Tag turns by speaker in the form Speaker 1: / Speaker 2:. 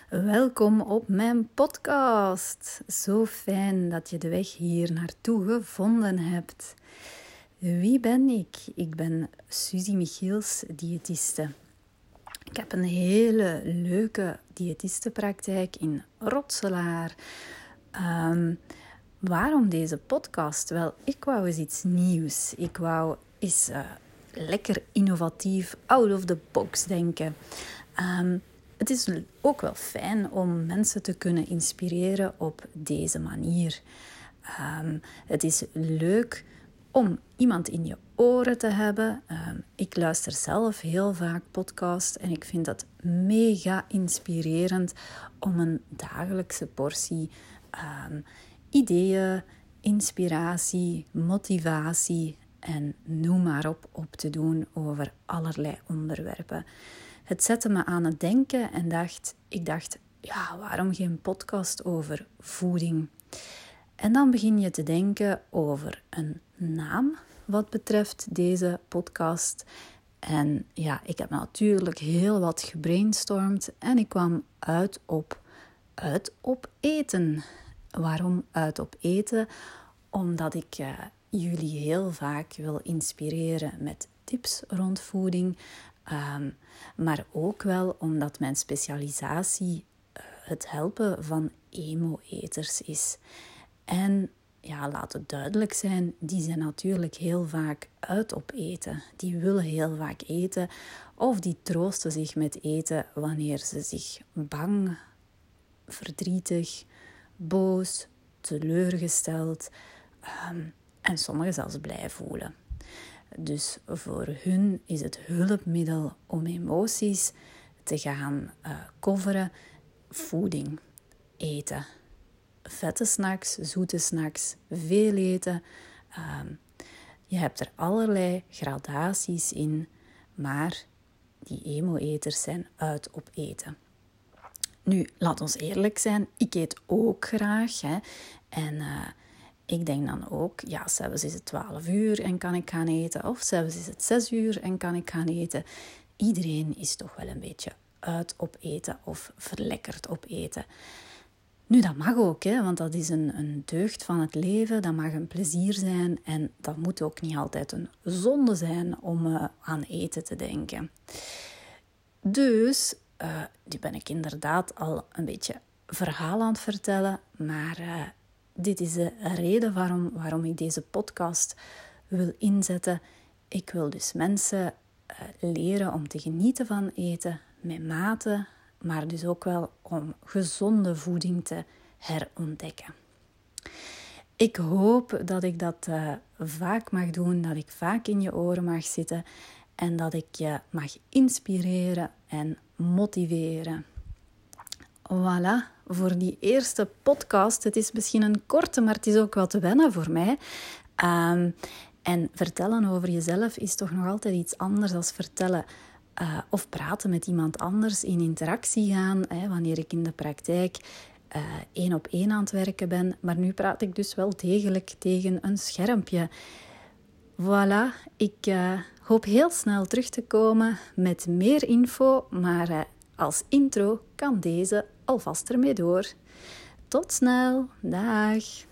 Speaker 1: Welkom op mijn podcast. Zo fijn dat je de weg hier naartoe gevonden hebt. Wie ben ik? Ik ben Suzy Michiels, diëtiste. Ik heb een hele leuke diëtistenpraktijk in Rotselaar. Waarom deze podcast? Wel, ik wou eens iets nieuws. Ik wou eens lekker innovatief, out of the box denken. Het is ook wel fijn om mensen te kunnen inspireren op deze manier. Het is leuk om iemand in je oren te hebben. Ik luister zelf heel vaak podcasts en ik vind dat mega inspirerend om een dagelijkse portie ideeën, inspiratie, motivatie en noem maar op te doen over allerlei onderwerpen. Het zette me aan het denken en ik dacht, waarom geen podcast over voeding? En dan begin je te denken over een naam wat betreft deze podcast. En ik heb natuurlijk heel wat gebrainstormd en ik kwam uit op eten. Waarom uit op eten? Omdat ik jullie heel vaak wil inspireren met tips rond voeding. Maar ook wel omdat mijn specialisatie het helpen van emo-eters is. En laat het duidelijk zijn, die zijn natuurlijk heel vaak uit op eten. Die willen heel vaak eten of die troosten zich met eten wanneer ze zich bang, verdrietig, boos, teleurgesteld en sommigen zelfs blij voelen. Dus voor hun is het hulpmiddel om emoties te gaan coveren voeding, eten. Vette snacks, zoete snacks, veel eten. Je hebt er allerlei gradaties in, maar die emo-eters zijn uit op eten. Nu, laat ons eerlijk zijn, ik eet ook graag. En ik denk dan ook, s'avonds is het 12 uur en kan ik gaan eten. Of s'avonds is het 6 uur en kan ik gaan eten. Iedereen is toch wel een beetje uit op eten of verlekkerd op eten. Nu, dat mag ook, want dat is een deugd van het leven. Dat mag een plezier zijn en dat moet ook niet altijd een zonde zijn om aan eten te denken. Dus, nu ben ik inderdaad al een beetje verhaal aan het vertellen, maar dit is de reden waarom ik deze podcast wil inzetten. Ik wil dus mensen leren om te genieten van eten met mate, maar dus ook wel om gezonde voeding te herontdekken. Ik hoop dat ik dat vaak mag doen, dat ik vaak in je oren mag zitten en dat ik je mag inspireren en motiveren. Voilà, voor die eerste podcast. Het is misschien een korte, maar het is ook wat te wennen voor mij. En vertellen over jezelf is toch nog altijd iets anders dan vertellen of praten met iemand anders, in interactie gaan. Wanneer ik in de praktijk 1 op 1 aan het werken ben. Maar nu praat ik dus wel degelijk tegen een schermpje. Voilà, ik hoop heel snel terug te komen met meer info, maar als intro kan deze alvast ermee door. Tot snel, dag!